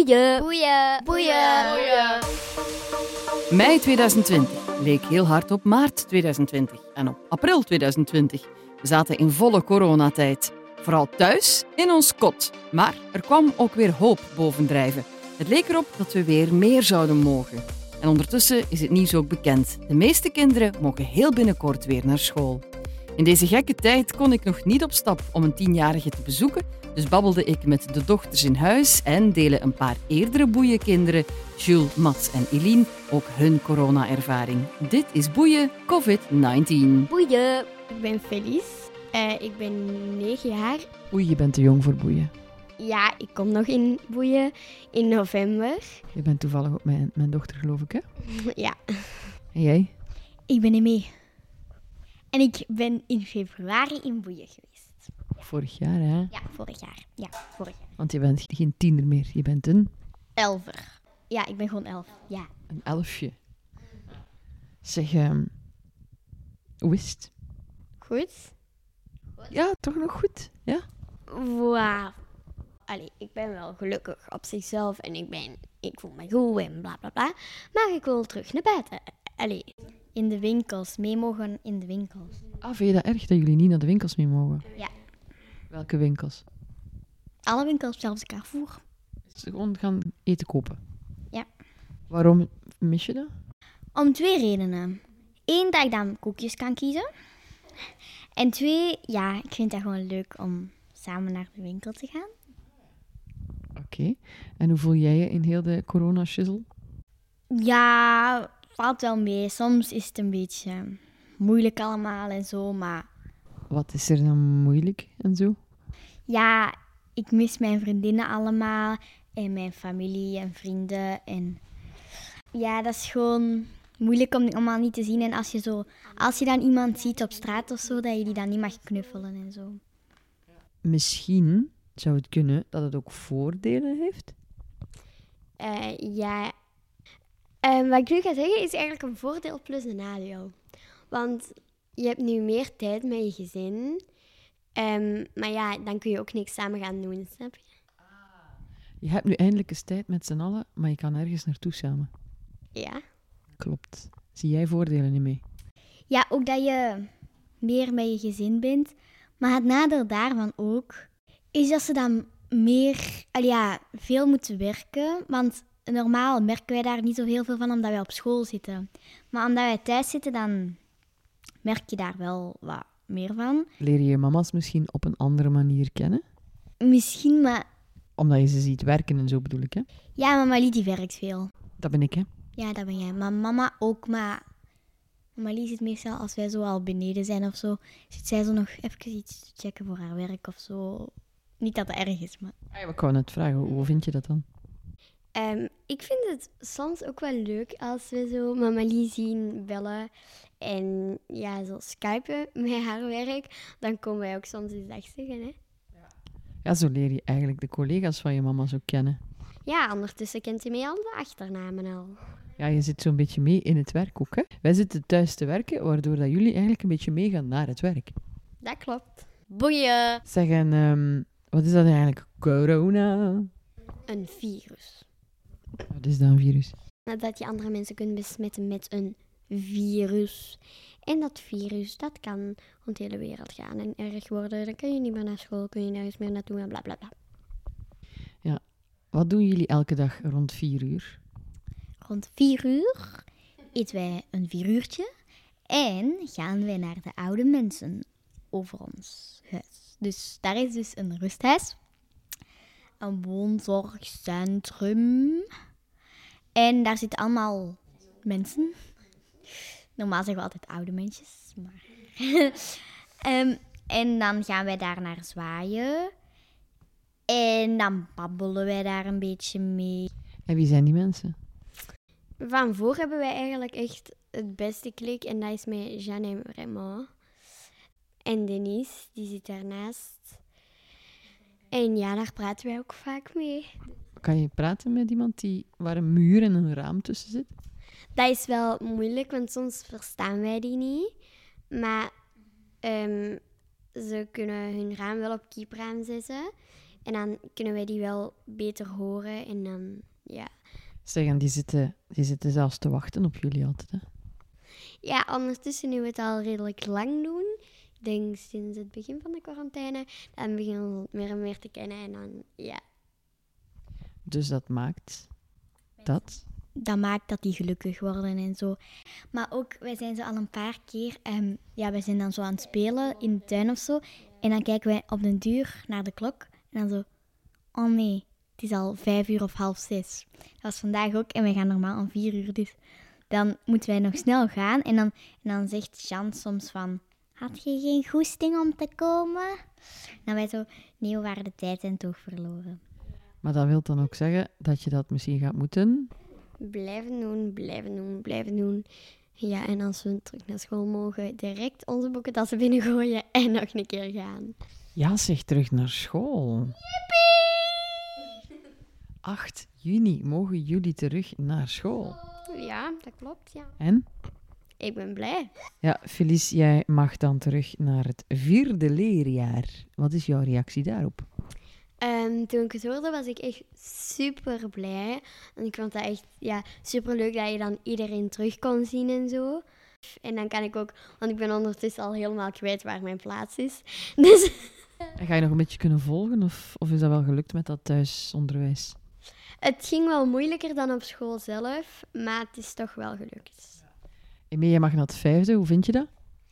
Boeien. Boeien. Boeien. Boeien. Mei 2020 leek heel hard op maart 2020 en op april 2020. We zaten in volle coronatijd. Vooral thuis in ons kot. Maar er kwam ook weer hoop bovendrijven. Het leek erop dat we weer meer zouden mogen. En ondertussen is het nieuws ook bekend. De meeste kinderen mogen heel binnenkort weer naar school. In deze gekke tijd kon ik nog niet op stap om een 10-jarige te bezoeken, dus babbelde ik met de dochters in huis en delen een paar eerdere boeienkinderen, Jules, Mats en Eline, ook hun corona-ervaring. Dit is Boeien COVID-19. Boeien. Ik ben Felice. Ik ben 9 jaar. Oei, je bent te jong voor boeien. Ja, ik kom nog in Boeien in november. Je bent toevallig ook mijn dochter, geloof ik, hè? Ja. En jij? Ik ben Emee. En ik ben in februari in Boeien geweest. Vorig jaar, hè? Ja, vorig jaar. Want je bent geen tiener meer. Je bent een 11er. Ja, ik ben gewoon 11. Ja. elfje. Zeg, hoe is het? Goed. Ja, toch nog goed? Ja? Wauw. Allee, ik ben wel gelukkig op zichzelf en ik voel me goed en bla bla bla. Maar ik wil terug naar buiten. Allee. In de winkels. Mee mogen in de winkels. Ah, vind je dat erg dat jullie niet naar de winkels mee mogen? Ja. Welke winkels? Alle winkels, zelfs Carrefour. Dus gewoon gaan eten kopen? Ja. Waarom mis je dat? Om 2 redenen. 1, dat ik dan koekjes kan kiezen. En 2, ja, ik vind het gewoon leuk om samen naar de winkel te gaan. Oké. En hoe voel jij je in heel de corona-shizzle? Ja, valt wel mee. Soms is het een beetje moeilijk allemaal en zo, maar Wat is er dan moeilijk en zo? ja, ik mis mijn vriendinnen allemaal en mijn familie en vrienden. En ja, dat is gewoon moeilijk om die allemaal niet te zien. En als je dan iemand ziet op straat of zo, dat je die dan niet mag knuffelen en zo. Misschien zou het kunnen dat het ook voordelen heeft. Ja. Wat ik nu ga zeggen is eigenlijk een voordeel plus een nadeel. Want je hebt nu meer tijd met je gezin. Maar ja, dan kun je ook niks samen gaan doen, snap je? Je hebt nu eindelijk eens tijd met z'n allen, maar je kan ergens naartoe samen. Ja. Klopt. Zie jij voordelen niet mee? Ja, ook dat je meer met je gezin bent. Maar het nadeel daarvan ook is dat ze dan meer, veel moeten werken. Want normaal merken wij daar niet zo heel veel van omdat wij op school zitten. Maar omdat wij thuis zitten, dan merk je daar wel wat meer van. Leer je je mama's misschien op een andere manier kennen? Misschien, maar Omdat je ze ziet werken en zo bedoel ik, hè? ja, mama Lie die werkt veel. Dat ben ik, hè? Ja, dat ben jij. Maar mama ook, maar mama Lie zit meestal als wij zo al beneden zijn of zo, zit zij zo nog even iets checken voor haar werk of zo. Niet dat het erg is, maar Ik wou net vragen, hoe vind je dat dan? Ik vind het soms ook wel leuk als we zo Mama Lie zien bellen en ja, zo skypen met haar werk. Dan komen wij ook soms eens dag zeggen, hè. Ja, zo leer je eigenlijk de collega's van je mama zo kennen. Ja, ondertussen kent hij mij al de achternamen al. Ja, je zit zo'n beetje mee in het werk ook, hè? Wij zitten thuis te werken, waardoor dat jullie eigenlijk een beetje meegaan naar het werk. Dat klopt. boeien. Zeggen, wat is dat eigenlijk? Corona? Een virus. Wat is dat, een virus? Dat je andere mensen kunt besmetten met een virus. En dat virus, dat kan rond de hele wereld gaan en erg worden. Dan kun je niet meer naar school, kun je nergens meer naartoe en bla bla bla. Wat doen jullie elke dag rond 4 uur? Rond 4 uur eten wij een 4 uurtje en gaan wij naar de oude mensen over ons huis. Dus daar is dus een rusthuis, een woonzorgcentrum en daar zitten allemaal mensen. Normaal zeggen we altijd oude mensjes, maar en dan gaan wij daar naar zwaaien en dan babbelen wij daar een beetje mee. En wie zijn die mensen? Van voor hebben wij eigenlijk echt het beste klik en dat is met Jeanne en Raymond. En Denise, die zit daarnaast. En ja, daar praten wij ook vaak mee. Kan je praten met iemand waar een muur en een raam tussen zit? Dat is wel moeilijk, want soms verstaan wij die niet. Maar ze kunnen hun raam wel op kiepraam zetten. En dan kunnen wij die wel beter horen. En dan, ja. Zeg, en die zitten zelfs te wachten op jullie altijd, hè? Ja, ondertussen nu we het al redelijk lang doen. Ik denk sinds het begin van de quarantaine. Dan beginnen we het meer en meer te kennen. En dan, ja. Dus dat maakt dat... Dat maakt dat die gelukkig worden en zo. Maar ook, wij zijn zo al een paar keer... wij zijn dan zo aan het spelen in de tuin of zo. En dan kijken wij op den duur naar de klok. En dan zo... Oh nee, het is al 5:00 of 5:30. Dat was vandaag ook. En wij gaan normaal om 4:00. Dus dan moeten wij nog snel gaan. En dan zegt Jean soms van... Had je geen goesting om te komen? En dan wij zo... Nee, we waren de tijd en toch verloren. Maar dat wil dan ook zeggen dat je dat misschien gaat moeten... Blijven doen. Ja, en als we terug naar school mogen, direct onze boekentassen binnengooien en nog een keer gaan. Ja, zeg, terug naar school. Yippie! 8 juni mogen jullie terug naar school. Ja, dat klopt, ja. En? Ik ben blij. Ja, Felice, jij mag dan terug naar het 4e leerjaar. Wat is jouw reactie daarop? Toen ik het hoorde, was ik echt super blij. En ik vond dat echt super leuk dat je dan iedereen terug kon zien en zo. En dan kan ik ook, want ik ben ondertussen al helemaal kwijt waar mijn plaats is. Dus... En ga je nog een beetje kunnen volgen of is dat wel gelukt met dat thuisonderwijs? Het ging wel moeilijker dan op school zelf, maar het is toch wel gelukt. Emee, jij mag naar het 5e. Hoe vind je dat?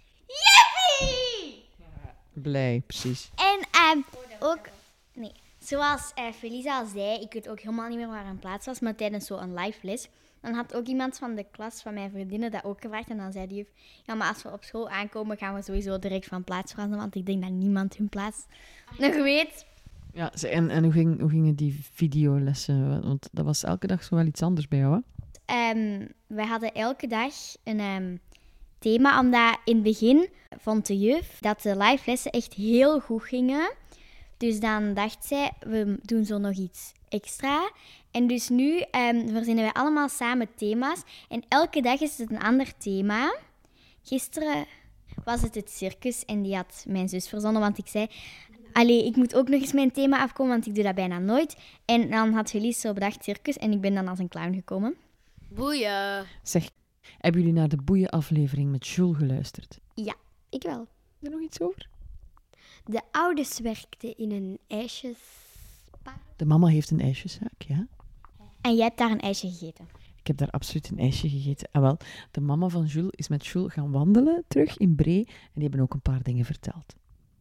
Yippie! Blij, precies. En ook... Nee, zoals Felisa al zei, ik weet ook helemaal niet meer waar een plaats was, maar tijdens zo'n live les, dan had ook iemand van de klas van mijn vriendinnen dat ook gevraagd. En dan zei die juf, ja, maar als we op school aankomen, gaan we sowieso direct van plaats veranderen, want ik denk dat niemand hun plaats nog weet. Ja, en hoe gingen die videolessen? Want dat was elke dag zo wel iets anders bij jou, hè? Wij hadden elke dag een thema, omdat in het begin vond de juf dat de live lessen echt heel goed gingen. Dus dan dacht zij, we doen zo nog iets extra. En dus nu verzinnen wij allemaal samen thema's. En elke dag is het een ander thema. Gisteren was het circus en die had mijn zus verzonnen, want ik zei... Allee, ik moet ook nog eens mijn thema afkomen, want ik doe dat bijna nooit. En dan had Felice zo bedacht circus en ik ben dan als een clown gekomen. Boeien. Zeg, hebben jullie naar de boeienaflevering met Jules geluisterd? Ja, ik wel. Is er nog iets over? De ouders werkten in een ijsjes... De mama heeft een ijsjeszaak, ja. En jij hebt daar een ijsje gegeten. Ik heb daar absoluut een ijsje gegeten. En wel, de mama van Jules is met Jules gaan wandelen terug in Bree. En die hebben ook een paar dingen verteld.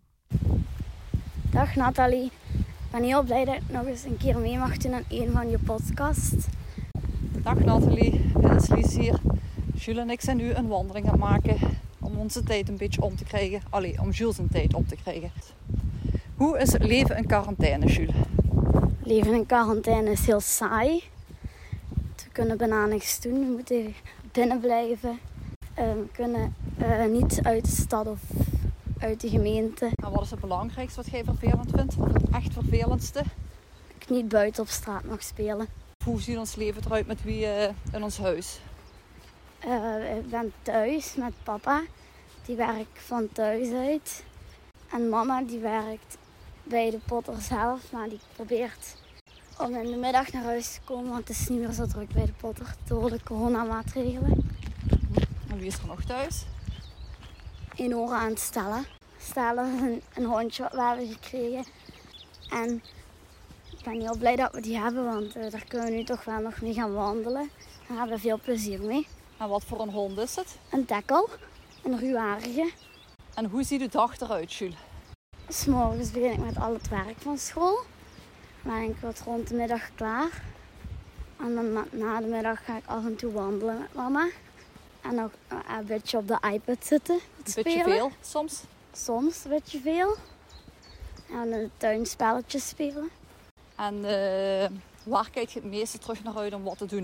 Dag Nathalie. Ik ben heel blij dat ik nog eens een keer mee mag doen aan een van je podcasts. Dag Nathalie, het is Lies hier. Jules en ik zijn nu een wandeling aan het maken om onze tijd een beetje om te krijgen. Allee, om Jules zijn tijd om te krijgen. Hoe is het leven in quarantaine, Jules? Leven in quarantaine is heel saai. We kunnen bijna niks doen. We moeten binnen blijven. We kunnen niet uit de stad of uit de gemeente. En wat is het belangrijkste wat jij vervelend vindt? Of het echt vervelendste? Dat ik niet buiten op straat mag spelen. Hoe ziet ons leven eruit met wie in ons huis? Ik ben thuis met papa. Die werkt van thuis uit. En mama die werkt bij de Potter zelf. Maar die probeert om in de middag naar huis te komen. Want het is niet meer zo druk bij de Potter door de coronamaatregelen. En wie is er nog thuis? In oren aan het stellen. Stellen is een hondje wat we hebben gekregen. En ik ben heel blij dat we die hebben. Want daar kunnen we nu toch wel nog mee gaan wandelen. Daar hebben we veel plezier mee. En wat voor een hond is het? Een dekkel. Een ruwharige. En hoe ziet de dag eruit, Jules? 'S Morgens begin ik met al het werk van school. Dan ben ik wat rond de middag klaar. En dan na de middag ga ik af en toe wandelen met mama. En nog een beetje op de iPad zitten. Een beetje veel soms? Soms een beetje veel. En in de tuin spelletjes spelen. En waar kijk je het meeste terug naar uit om wat te doen?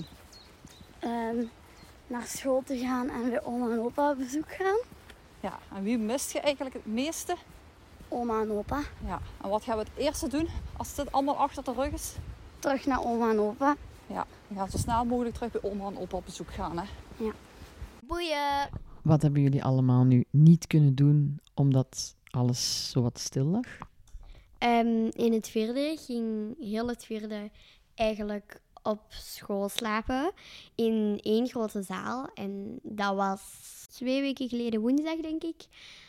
Naar school te gaan en bij oma en opa op bezoek gaan. Ja, en wie mist je eigenlijk het meeste? Oma en opa. Ja, en wat gaan we het eerste doen als dit allemaal achter de rug is? Terug naar oma en opa. Ja, we gaan zo snel mogelijk terug bij oma en opa op bezoek gaan, hè? Ja. Boeien. Wat hebben jullie allemaal nu niet kunnen doen omdat alles zo wat stil lag? In het vierde ging heel het vierde eigenlijk op school slapen in 1 grote zaal. En dat was 2 weken geleden woensdag, denk ik.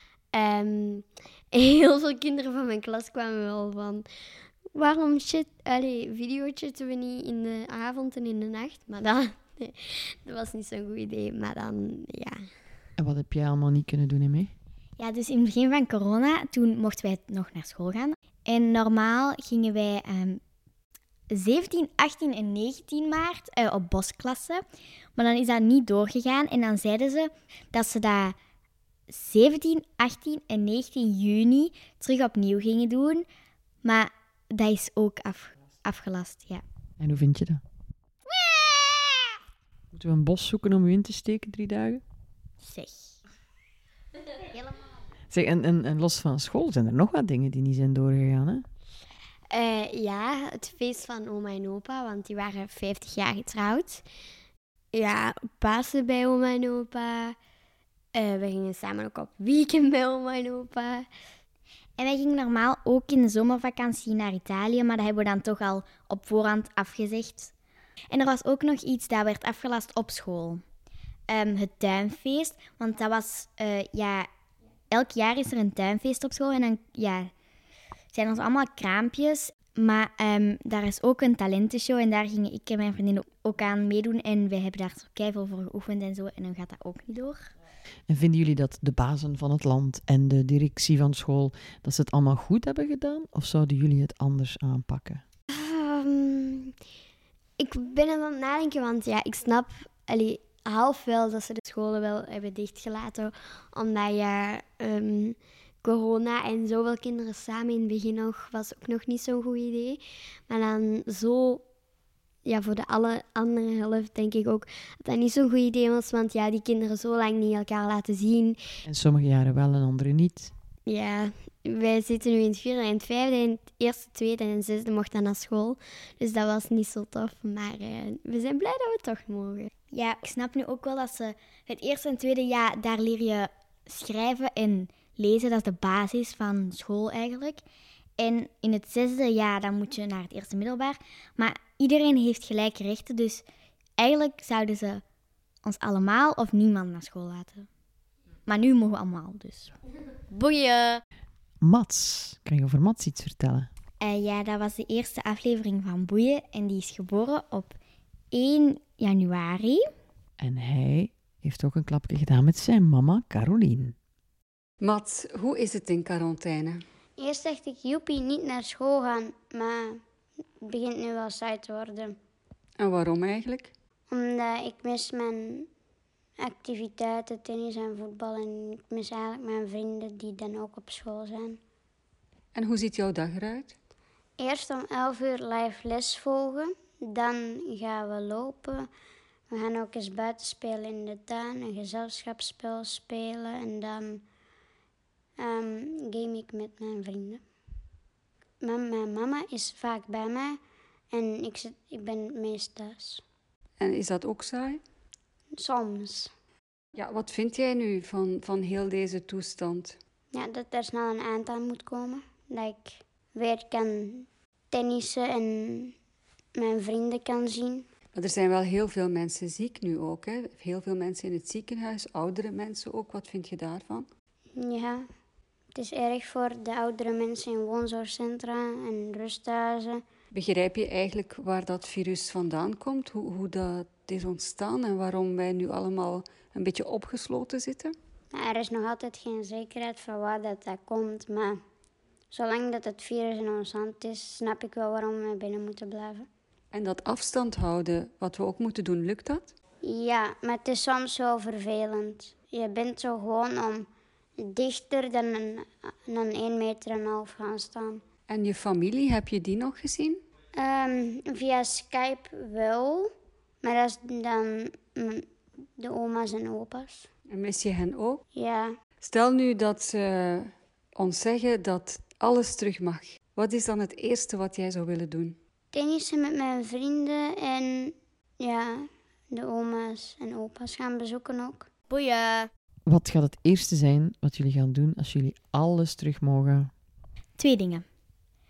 Heel veel kinderen van mijn klas kwamen wel van... Waarom videochatten we niet in de avond en in de nacht? Maar dat was niet zo'n goed idee. Maar dan, ja... En wat heb jij allemaal niet kunnen doen ermee? Ja, dus in het begin van corona, toen mochten wij nog naar school gaan. En normaal gingen wij 17, 18 en 19 maart op bosklasse. Maar dan is dat niet doorgegaan. En dan zeiden ze dat ze dat 17, 18 en 19 juni terug opnieuw gingen doen. Maar dat is ook afgelast, ja. En hoe vind je dat? Moeten we een bos zoeken om u in te steken 3 dagen? Zeg. Zeg, en los van school zijn er nog wat dingen die niet zijn doorgegaan, hè? Ja, het feest van oma en opa, want die waren 50 jaar getrouwd. Ja, Pasen bij oma en opa. We gingen samen ook op weekend bij oma en opa. En wij gingen normaal ook in de zomervakantie naar Italië, maar dat hebben we dan toch al op voorhand afgezegd. En er was ook nog iets dat werd afgelast op school. Het tuinfeest, want dat was, elk jaar is er een tuinfeest op school en dan, zijn er allemaal kraampjes. Maar daar is ook een talentenshow en daar gingen ik en mijn vriendin ook aan meedoen. En we hebben daar keiveel voor geoefend en zo. En dan gaat dat ook niet door. En vinden jullie dat de bazen van het land en de directie van school, dat ze het allemaal goed hebben gedaan? Of zouden jullie het anders aanpakken? Ik ben aan het nadenken, want ja, ik snap half wel dat ze de scholen wel hebben dichtgelaten. Omdat corona en zoveel kinderen samen in het begin nog, was ook nog niet zo'n goed idee. Maar dan zo, voor de alle andere helft denk ik ook dat dat niet zo'n goed idee was. Want ja, die kinderen zo lang niet elkaar laten zien. En sommige jaren wel en andere niet. Ja, wij zitten nu in het 4e en het 5e en het 1e, 2e en 6e mocht dan naar school. Dus dat was niet zo tof, maar we zijn blij dat we toch mogen. Ja, ik snap nu ook wel dat ze het 1e en 2e, daar leer je schrijven en lezen. Dat is de basis van school eigenlijk. En in het 6e, dan moet je naar het eerste middelbaar. Maar iedereen heeft gelijke rechten, dus eigenlijk zouden ze ons allemaal of niemand naar school laten. Maar nu mogen we allemaal, dus. Boeien! Mats, kan je over Mats iets vertellen? Dat was de eerste aflevering van Boeien en die is geboren op 1 januari. En hij heeft ook een klapje gedaan met zijn mama Caroline. Mats, hoe is het in quarantaine? Eerst dacht ik, joepie, niet naar school gaan, maar het begint nu wel saai te worden. En waarom eigenlijk? Omdat ik mis mijn activiteiten, tennis en voetbal. En ik mis eigenlijk mijn vrienden die dan ook op school zijn. En hoe ziet jouw dag eruit? Eerst om 11 uur live les volgen. Dan gaan we lopen. We gaan ook eens buiten spelen in de tuin. Een gezelschapsspel spelen. En dan game ik met mijn vrienden. Mijn mama is vaak bij mij. En ik ben het meest thuis. En is dat ook saai? Soms. Ja, wat vind jij nu van heel deze toestand? Ja, dat er snel een eind aan moet komen. Dat ik weer kan tennissen en mijn vrienden kan zien. Maar er zijn wel heel veel mensen ziek nu ook, hè? Heel veel mensen in het ziekenhuis, oudere mensen ook. Wat vind je daarvan? Ja, het is erg voor de oudere mensen in woonzorgcentra en rusthuizen. Begrijp je eigenlijk waar dat virus vandaan komt? Hoe dat is ontstaan en waarom wij nu allemaal een beetje opgesloten zitten? Er is nog altijd geen zekerheid van waar dat komt, maar zolang dat het virus in ons hand is, snap ik wel waarom we binnen moeten blijven. En dat afstand houden, wat we ook moeten doen, lukt dat? Ja, maar het is soms wel vervelend. Je bent zo gewoon om dichter dan een 1,5 meter gaan staan. En je familie, heb je die nog gezien? Via Skype wel, maar dat is dan de oma's en opa's. En mis je hen ook? Ja. Stel nu dat ze ons zeggen dat alles terug mag. Wat is dan het eerste wat jij zou willen doen? Tennissen met mijn vrienden en de oma's en opa's gaan bezoeken ook. Boeien! Wat gaat het eerste zijn wat jullie gaan doen als jullie alles terug mogen? 2 dingen.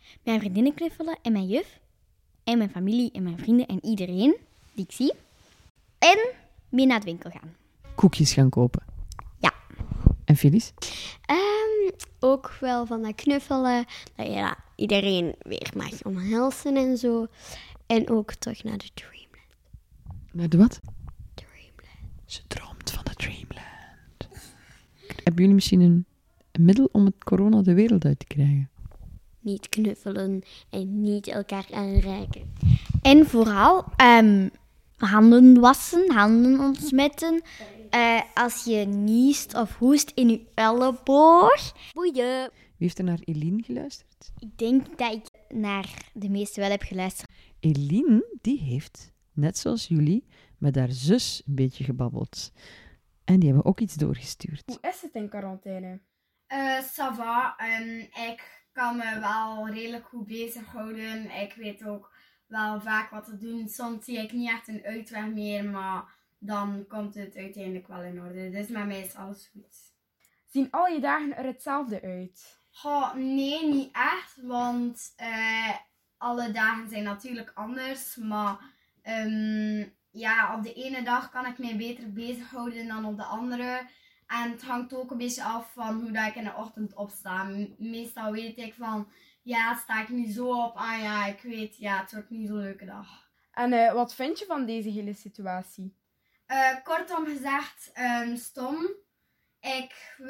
Mijn vriendinnen knuffelen en mijn juf. En mijn familie en mijn vrienden en iedereen die ik zie. En mee naar de winkel gaan. Koekjes gaan kopen. Ja. En Felice? Ook wel van dat knuffelen. Dat je iedereen weer mag omhelzen en zo. En ook terug naar de Dreamland. Naar de wat? Dreamland. Ze droomt van de Dreamland. Hebben jullie misschien een middel om het corona de wereld uit te krijgen? Niet knuffelen en niet elkaar aanraken. En vooral handen wassen, handen ontsmetten. Als je niest of hoest in je elleboog. Boeien. Wie heeft er naar Eline geluisterd? Ik denk dat ik naar de meeste wel heb geluisterd. Eline, die heeft, net zoals jullie, met haar zus een beetje gebabbeld. En die hebben ook iets doorgestuurd. Hoe is het in quarantaine? Ça va. Ik kan me wel redelijk goed bezighouden. Ik weet ook wel vaak wat te doen. Soms zie ik niet echt een uitweg meer, maar dan komt het uiteindelijk wel in orde. Dus met mij is alles goed. Zien al je dagen er hetzelfde uit? Nee, niet echt. Want alle dagen zijn natuurlijk anders. Maar op de ene dag kan ik mij beter bezighouden dan op de andere. En het hangt ook een beetje af van hoe dat ik in de ochtend opsta. Meestal weet ik van, sta ik nu zo op? Ik weet, het wordt niet zo'n leuke dag. En wat vind je van deze hele situatie? Kortom gezegd, stom. Ik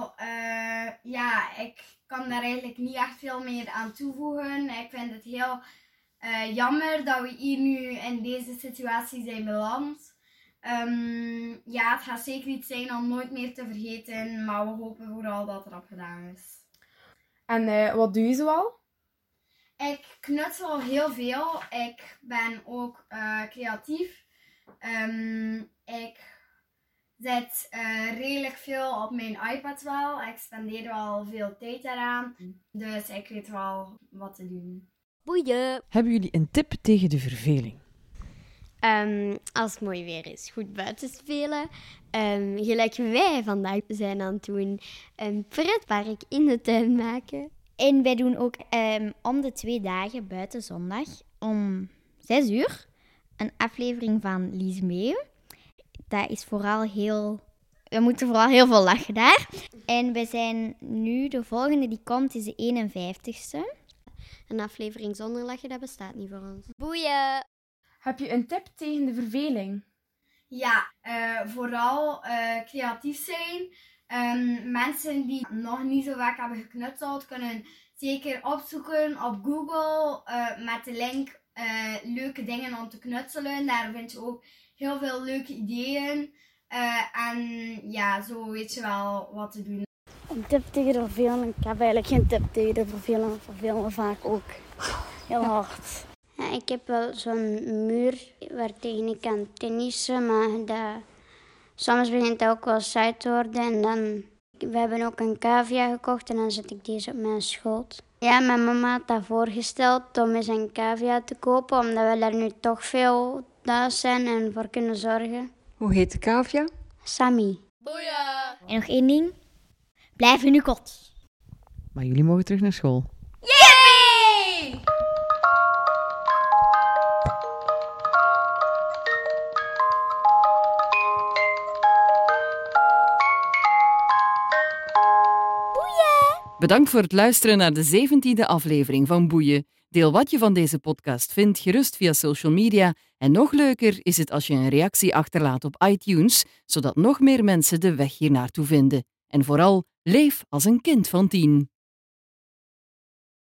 kan daar eigenlijk niet echt veel meer aan toevoegen. Ik vind het heel jammer dat we hier nu in deze situatie zijn beland. Het gaat zeker iets zijn om nooit meer te vergeten, maar we hopen vooral dat het gedaan is. En wat doe je zoal? Ik knutsel heel veel. Ik ben ook creatief. Ik zet redelijk veel op mijn iPad wel. Ik spendeer wel veel tijd daaraan. Dus ik weet wel wat te doen. Boeien. Hebben jullie een tip tegen de verveling? Als het mooi weer is, goed buiten spelen. Gelijk wij vandaag zijn aan het doen. Een pretpark in de tuin maken. En wij doen ook om de 2 dagen buiten zondag om 6 uur een aflevering van Lies Mee. Dat is we moeten vooral heel veel lachen daar. En we zijn nu, de volgende die komt, is de 51ste. Een aflevering zonder lachen, dat bestaat niet voor ons. Boeien! Heb je een tip tegen de verveling? Ja, vooral creatief zijn. Mensen die nog niet zo vaak hebben geknutseld, kunnen zeker opzoeken op Google met de link leuke dingen om te knutselen. Daar vind je ook heel veel leuke ideeën. Zo weet je wel wat te doen. Een tip tegen de verveling? Ik heb eigenlijk geen tip tegen de verveling. Vervelen me vaak ook heel hard. Ja, ik heb wel zo'n muur waartegen ik kan tennissen, maar soms begint dat ook wel saai te worden. En dan, we hebben ook een cavia gekocht en dan zet ik deze op mijn schoot. Ja, mijn mama had dat voorgesteld om eens een cavia te kopen, omdat we daar nu toch veel thuis zijn en voor kunnen zorgen. Hoe heet de cavia? Sammy. Boeien! En nog 1 ding. Blijf in uw kot. Maar jullie mogen terug naar school. Yippie! Bedankt voor het luisteren naar de 17e aflevering van Boeien. Deel wat je van deze podcast vindt gerust via social media. En nog leuker is het als je een reactie achterlaat op iTunes, zodat nog meer mensen de weg hier naartoe vinden. En vooral, leef als een kind van 10.